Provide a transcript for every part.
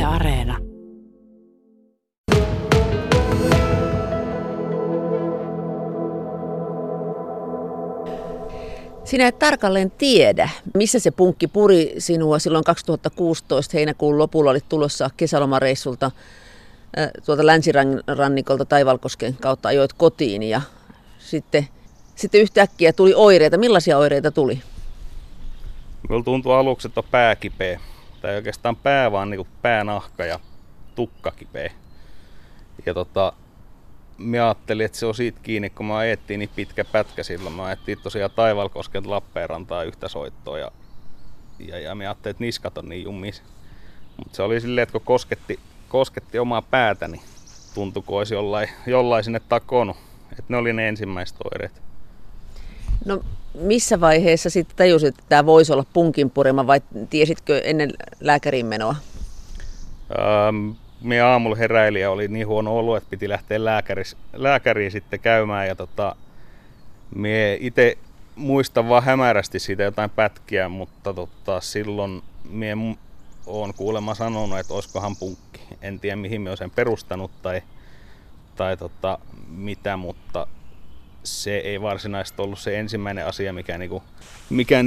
Areena. Sinä et tarkalleen tiedä, missä se punkki puri sinua silloin 2016 heinäkuun lopulla. Olit tulossa kesälomareissulta tuolta länsirannikolta Taivalkosken kautta, ajoit kotiin ja sitten yhtäkkiä tuli oireita. Millaisia oireita tuli? Minulla tuntui aluksi, että on pää kipeä. Tai oikeastaan pää, vaan niin kuin päänahka ja tukka kipeä. Ja minä ajattelin, että se on siitä kiinni, kun me ajettiin niin pitkä pätkä silloin. Me ajettiin tosiaan Taivalkosken Lappeenrantaan yhtä soittoa ja minä ajattelin, että niskat on niin jummis. Mutta se oli silleen, että kun kosketti omaa päätä, niin tuntui, kun olisi jollain sinne takonut. Että ne oli ne ensimmäiset oireet. No missä vaiheessa sitten tajusit, että tämä voisi olla punkin purema vai tiesitkö ennen lääkäriin menoa? Minä aamulla heräilin ja oli niin huono olo, että piti lähteä lääkäriin sitten käymään. Ja minä itse muistan vaan hämärästi siitä jotain pätkiä, mutta silloin minä olen kuulemma sanonut, että olisikohan punkki. En tiedä mihin minä olen sen perustanut tai mitä, mutta se ei varsinaisesti ollut se ensimmäinen asia, mikä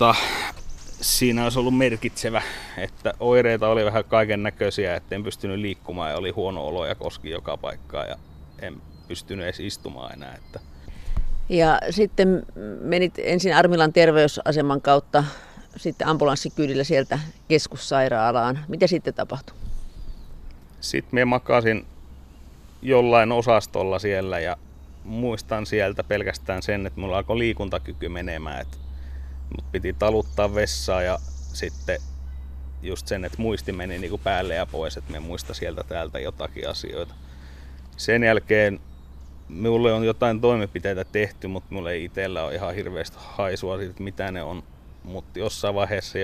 siinä olisi ollut merkitsevä, että oireita oli vähän kaiken näköisiä, että en pystynyt liikkumaan ja oli huono olo ja koski joka paikkaan ja en pystynyt edes istumaan enää. Ja sitten menit ensin Armilan terveysaseman kautta sitten ambulanssikyydillä sieltä keskussairaalaan. Mitä sitten tapahtui? Sitten minä makasin jollain osastolla siellä ja muistan sieltä pelkästään sen, että mulla alkoi liikuntakyky menemään. Että mut piti taluttaa vessaa ja sitten just sen, että muisti meni niin kuin päälle ja pois, että me muista sieltä täältä jotakin asioita. Sen jälkeen minulle on jotain toimenpiteitä tehty, mutta mulla ei itsellä ole ihan hirveästi haisua siitä, mitä ne on. Mutta jossain vaiheessa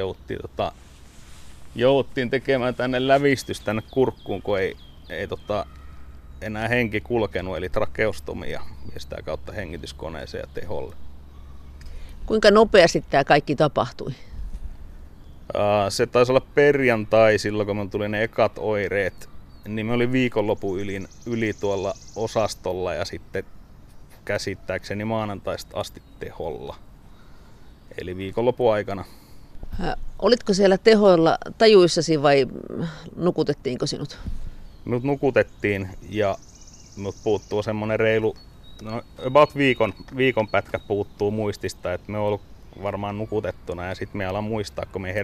jouduttiin tekemään tänne lävistys tänne kurkkuun, kun ei enää henki kulkenut, eli trakeostomia ja sitä kautta hengityskoneeseen ja teholle. Kuinka nopeasti tämä kaikki tapahtui? Se taisi olla perjantai silloin, kun minulla tuli ne ekat oireet. Niin me oli viikonlopun yli tuolla osastolla ja sitten käsittääkseni maanantaista asti teholla. Eli viikonlopun aikana. Olitko siellä tehoilla tajuissasi vai nukutettiinko sinut? Minut nukutettiin ja minut puuttuu semmoinen reilu, about viikon pätkä puuttuu muistista, että me on ollut varmaan nukutettuna ja sitten me alan muistaa, kun me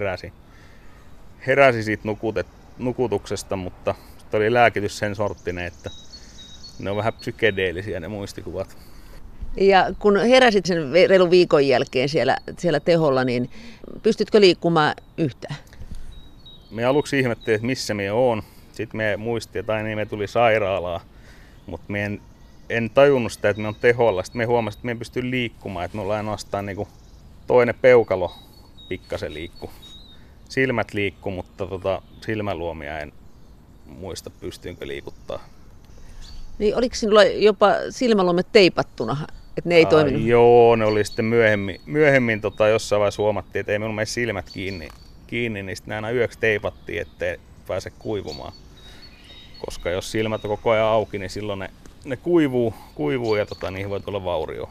heräsi siitä nukutuksesta, mutta sitten oli lääkitys sen sorttinen, että ne on vähän psykedeellisiä ne muistikuvat. Ja kun heräsit sen reilun viikon jälkeen siellä teholla, niin pystytkö liikkumaan yhtään? Me aluksi ihmettelin, että missä me oon. Sitten me muistin, että aina me tuli sairaalaan, mutta en tajunnut sitä, että me on teholla. Sitten me huomasin, että me en pysty liikkumaan, että mulla ainoastaan niin toinen peukalo pikkasen liikkuu. Silmät liikkuu, mutta silmäluomia en muista, pystyinkö liikuttaa. Niin oliko sinulla jopa silmäluomet teipattuna, että ne ei toiminut? Joo, ne oli sitten myöhemmin jossain vaiheessa huomattiin, että ei minulla mene silmät kiinni, niin sitten ne aina yöksi teipattiin, ettei pääse kuivumaan. Koska jos silmät on koko ajan auki, niin silloin ne kuivuu ja niihin voi tulla vaurio.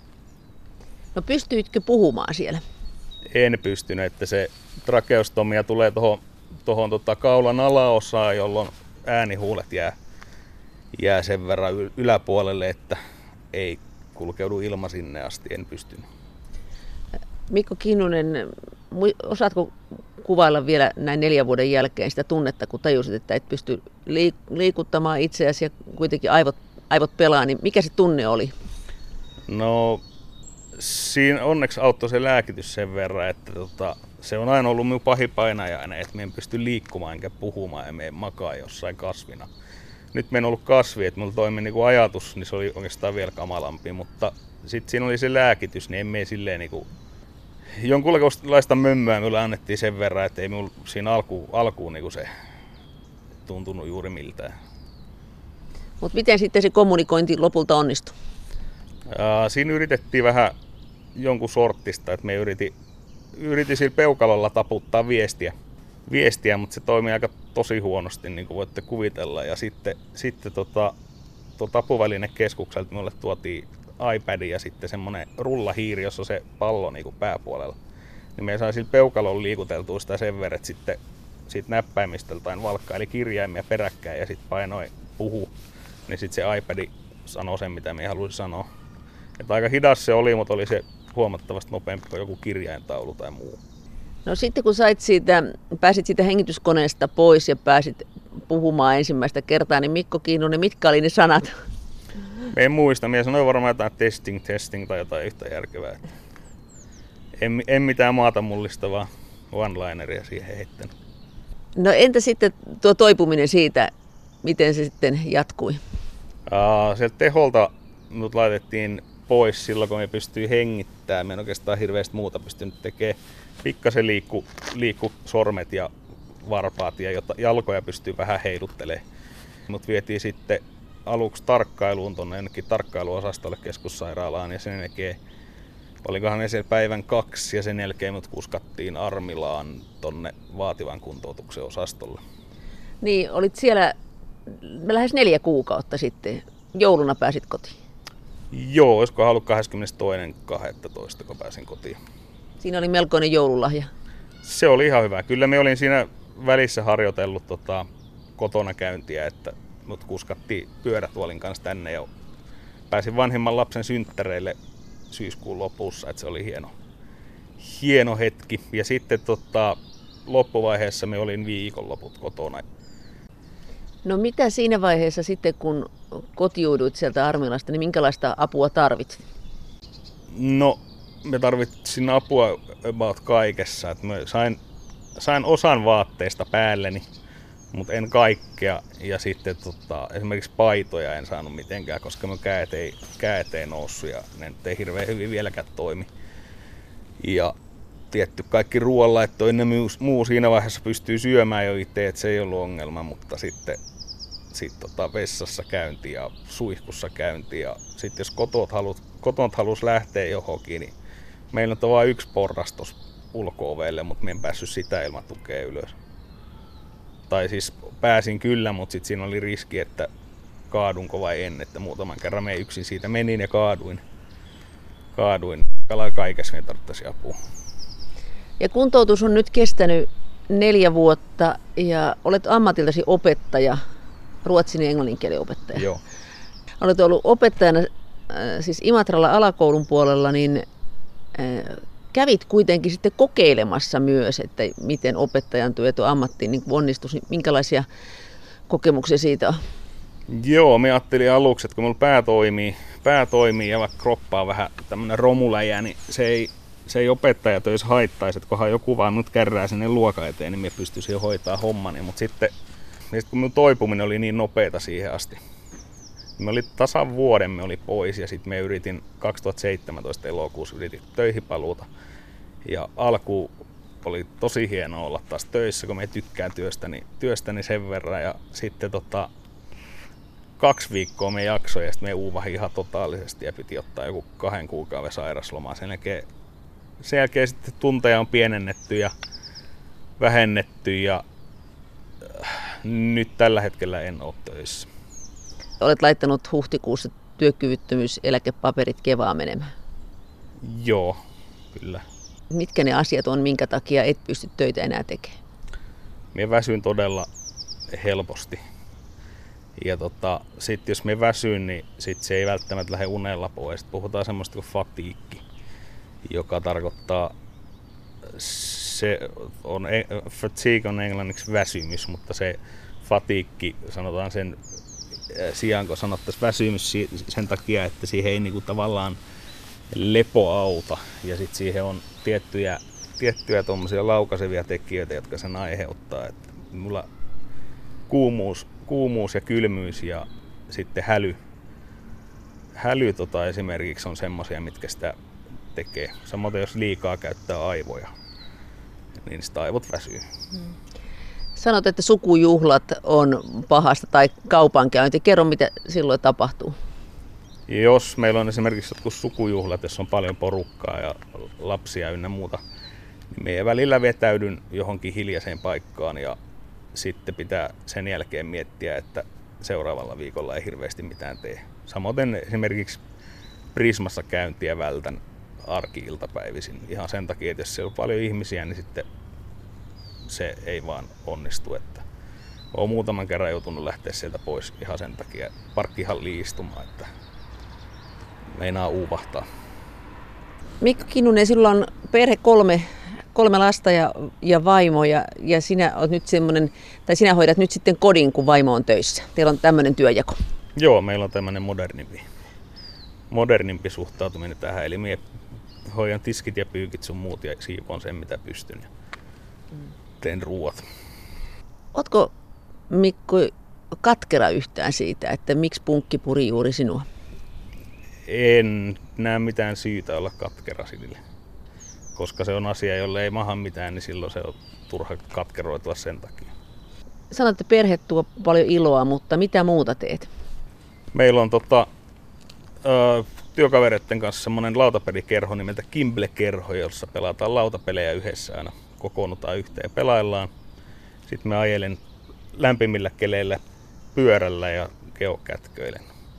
No pystyitkö puhumaan siellä? En pystynyt, että se trakeostomia tulee tuohon kaulan alaosaan, jolloin äänihuulet jää sen verran yläpuolelle, että ei kulkeudu ilma sinne asti, en pystynyt. Mikko Kinnunen, osaatko kuvailla vielä näin 4 vuoden jälkeen sitä tunnetta, kun tajusit, että et pysty liikuttamaan itseäsi ja kuitenkin aivot pelaa, niin mikä se tunne oli? No siinä onneksi auttoi se lääkitys sen verran, että se on aina ollut minun pahipainajainen, että minä en pysty liikkumaan enkä puhumaan ja minä makaa jossain kasvina. Nyt minä en ollut kasvi, että minulla toimi niin ajatus, niin se oli oikeastaan vielä kamalampi, mutta sitten siinä oli se lääkitys, niin en minä silleen jonkunlaista mömmöä minulle annettiin sen verran, että ei minulla siinä alkuun niin se tuntunut juuri miltään. Mutta miten sitten se kommunikointi lopulta onnistui? Siinä yritettiin vähän jonkun sorttista, että me yritin sillä peukalolla taputtaa viestiä viestiä, mutta se toimii aika tosi huonosti, niin kuin voitte kuvitella. Ja sitten apuvälinekeskukselta minulle tuotiin iPad ja sitten semmoinen rullahiiri, jossa on se pallo niin kuin pääpuolella. Niin me sai sillä peukalolla liikuteltua sitä sen verran, että sitten siitä näppäimistöltä valkkaili kirjaimia peräkkäin ja sitten painoi puhu. Niin sitten se iPad sanoi sen, mitä me halusin sanoa. Että aika hidas se oli, mutta oli se huomattavasti nopeampi kuin joku kirjaintaulu tai muu. No sitten kun pääsit siitä hengityskoneesta pois ja pääsit puhumaan ensimmäistä kertaa, niin Mikko Kinnunen, mitkä oli ne sanat? En muista, minä sanoin varmaan jotain testing tai jotain yhtä järkevää. En mitään maata mullistavaa one-lineria siihen heittänyt. No entä sitten tuo toipuminen siitä, miten se sitten jatkui? Sieltä teholta mut laitettiin pois silloin, kun me pystyi hengittämään. Me en oikeastaan hirveästi muuta pystynyt tekemään. Pikkasen liikku sormet ja varpaat ja jalkoja pystyy vähän heiluttelemaan. Mut vietiin sitten aluksi tarkkailuun tuonne jonnekin tarkkailuosastolle keskussairaalaan ja sen jälkeen olikohan ne siellä päivän 2 ja sen jälkeen mut kuskattiin Armilaan tonne vaativan kuntoutuksen osastolle. Niin, olit siellä lähes 4 kuukautta sitten. Jouluna pääsit kotiin. Joo, olisiko ollut 22.12. kun pääsin kotiin. Siinä oli melkoinen joululahja. Se oli ihan hyvä. Kyllä me olin siinä välissä harjoitellut kotona käyntiä, että mut kuskattiin pyörätuolin kanssa tänne ja pääsin vanhimman lapsen synttäreille syyskuun lopussa, että se oli hieno hetki. Ja sitten loppuvaiheessa me olin viikonloput kotona. No mitä siinä vaiheessa sitten, kun kotiuduit sieltä Armilasta, niin minkälaista apua tarvitsit? No, me tarvitsin apua about kaikessa. Et mä sain osan vaatteista päälleni, mutta en kaikkea. Ja sitten esimerkiksi paitoja en saanut mitenkään, koska mun käet ei noussut ja ne ei hirveän hyvin vieläkään toimi. Ja tietty kaikki ruoanlaitto ynnä muu siinä vaiheessa pystyy syömään jo itse, että se ei ollut ongelma, mutta sitten vessassa käynti ja suihkussa käynti ja sitten jos kotot halus lähteä johonkin, niin meillä on vain yksi porras tuossa ulko-ovelle, mutta minä en päässyt sitä ilman tukea ylös. Tai siis pääsin kyllä, mutta sitten siinä oli riski, että kaadunko vai en, että muutaman kerran me yksin siitä menin ja kaaduin. Kaikessa me tarvitsisi apua. Ja kuntoutus on nyt kestänyt 4 vuotta ja olet ammatiltasi opettaja, ruotsin ja englannin kielen opettaja. Joo. Olet ollut opettajana siis Imatralla alakoulun puolella, niin kävit kuitenkin sitten kokeilemassa myös, että miten opettajan työ tuo ammattiin niin onnistus. Minkälaisia kokemuksia siitä on? Joo, me ajattelin aluksi, että kun mulla pää toimii ja vaikka kroppa on vähän tämmönen romuläjä, niin se ei opettajatöissä haittaisi, että kunhan joku vaan nyt kärrää sinne luokan eteen, niin me pystyisin jo hoitaa hommani. Mutta sitten kun mun toipuminen oli niin nopeata siihen asti, me oli tasan vuoden me oli pois ja sitten me yritin 2017 elokuussa töihin paluuta. Ja alkuun oli tosi hienoa olla taas töissä, kun me tykkään työstäni sen verran. Ja sitten 2 viikkoa me jaksoin ja sitten me uuvahin ihan totaalisesti ja piti ottaa joku 2 kuukauden sairaslomaa. Sen jälkeen sitten tunteja on pienennetty ja vähennetty ja nyt tällä hetkellä en ole töissä. Olet laittanut huhtikuussa työkyvyttömyyseläkepaperit Kevaan menemään. Joo, kyllä. Mitkä ne asiat on, minkä takia et pysty töitä enää tekemään? Minä väsyn todella helposti. Ja sitten jos me väsyn, niin sit se ei välttämättä lähde unella pois. Puhutaan semmoista kuin fatiikki, joka tarkoittaa, fatigue on englanniksi väsymys, mutta se fatiikki sanotaan sen sijaan, kun sanottaisiin väsymys sen takia, että siihen ei niinku tavallaan lepo auta. Ja sitten siihen on tiettyjä tuommoisia laukaisevia tekijöitä, jotka sen aiheuttaa. Että mulla kuumuus ja kylmyys ja sitten häly esimerkiksi on semmoisia, mitkä sitä tekee. Samoin jos liikaa käyttää aivoja, niin sitä aivot väsyy. Sanot, että sukujuhlat on pahasta tai kaupankäynti. Kerro, mitä silloin tapahtuu. Jos meillä on esimerkiksi jotkut sukujuhlat, jos on paljon porukkaa ja lapsia ynnä muuta, Niin me välillä vetäydyn johonkin hiljaiseen paikkaan ja sitten pitää sen jälkeen miettiä, että seuraavalla viikolla ei hirveästi mitään tee. Samoin esimerkiksi Prismassa käyntiä vältän arki-iltapäivisin ihan sen takia, että jos siellä on paljon ihmisiä, niin sitten se ei vaan onnistu. Että olen muutaman kerran joutunut lähteä sieltä pois ihan sen takia parkkihalliin istumaan, että meinaa uuvahtaa. Mikko Kinnunen, sinulla on perhe kolme lasta ja vaimo ja sinä olet nyt semmoinen, tai sinä hoidat nyt sitten kodin, kun vaimo on töissä. Teillä on tämmöinen työjako. Joo, meillä on tämmöinen modernimpi suhtautuminen tähän. Eli minä hoidan tiskit ja pyykit sun muut ja siivon sen mitä pystyn ja teen ruuat. Ootko, Mikko, katkera yhtään siitä, että miksi punkki puri juuri sinua? En näe mitään syytä olla katkera sille. Koska se on asia, jolle ei maha mitään, niin silloin se on turha katkeroitua sen takia. Sanoit, että perhe tuo paljon iloa, mutta mitä muuta teet? Meillä on työkavereiden kanssa semmoinen lautapelikerho nimeltä Kimble-kerho, jossa pelataan lautapelejä yhdessä aina. Kokoonnutaan yhteen ja pelaillaan. Sitten me ajelen lämpimillä keleillä pyörällä ja geokätköilen.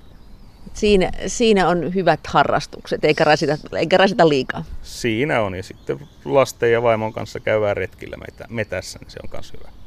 Siinä on hyvät harrastukset, eikä rasita liikaa. Siinä on, ja sitten lasten ja vaimon kanssa käydään retkillä metässä, niin se on myös hyvä.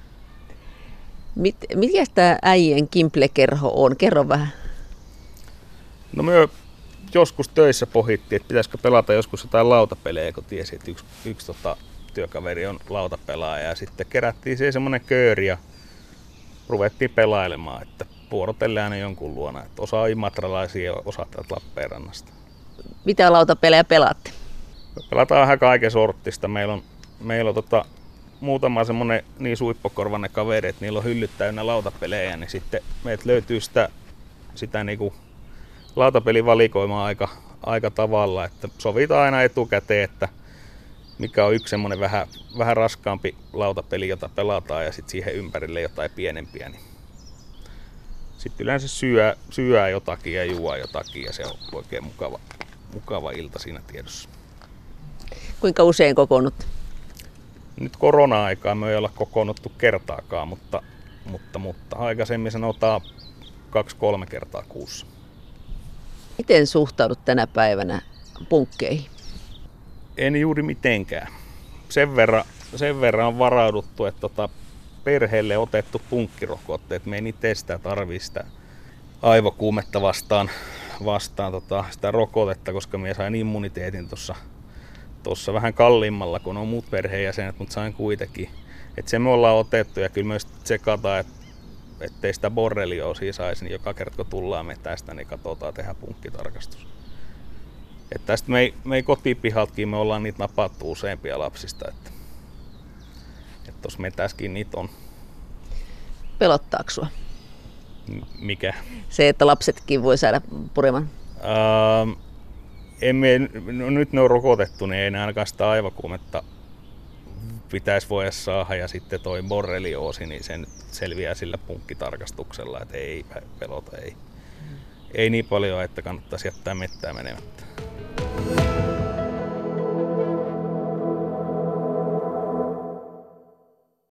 Mikä tämä äijien Kimble-kerho on? Kerro vähän. No me joskus töissä pohittiin, että pitäisikö pelata joskus jotain lautapelejä, kun tiesi, että yksi työkaveri on lautapelaaja. Ja sitten kerättiin siihen semmoinen kööri ja ruvettiin pelailemaan, että vuorotellen aina jonkun luona. Että osa on imatralaisia ja osa täältä Lappeenrannasta. Mitä lautapelejä pelaatte? Me pelataan vähän kaiken sorttista. Meillä on muutama semmoinen niin suippokorvainen kaveri, että niillä on hyllyt täynnä lautapelejä, niin sitten meiltä löytyy sitä niinku lautapelivalikoimaa aika tavalla, että sovitaan aina etukäteen, että mikä on yksi semmoinen vähän raskaampi lautapeli, jota pelataan ja sitten siihen ympärille jotain pienempiä. Niin sitten yleensä syöää jotakin ja juo jotakin ja se on oikein mukava ilta siinä tiedossa. Kuinka usein kokoonnut? Nyt korona-aikaa me ei olla kokoonnuttu kertaakaan, mutta aikaisemmin sanotaan 2-3 kertaa kuussa. Miten suhtaudut tänä päivänä punkkeihin? En juuri mitenkään. Sen verran on varauduttu, että perheelle otettu punkkirokotteet. Me ei niitä sitä tarvitse sitä aivokuumetta vastaan sitä rokotetta, koska minä sain immuniteetin tuossa vähän kalliimmalla kuin on muut perheenjäsenet, mutta sain kuitenkin. Että se me ollaan otettu ja kyllä myös tsekataan, ettei sitä borrelioosia saisi, niin joka kerta kun tullaan metästä, niin katsotaan tehdä punkkitarkastus. Että tästä me ei kotipihaltakin, me ollaan niitä napattu useampia lapsista, että tuossa metäskin niitä on. Pelottaako sua? Mikä? Se, että lapsetkin voi saada pureman. Nyt ne on rokotettu, niin ei ne ainakaan sitä aivokuumetta pitäisi voida saada. Ja sitten toi borrelioosi, niin se nyt selviää sillä punkkitarkastuksella, että ei pelota. Ei niin paljon, että kannattaisi jättää mettää menemättä.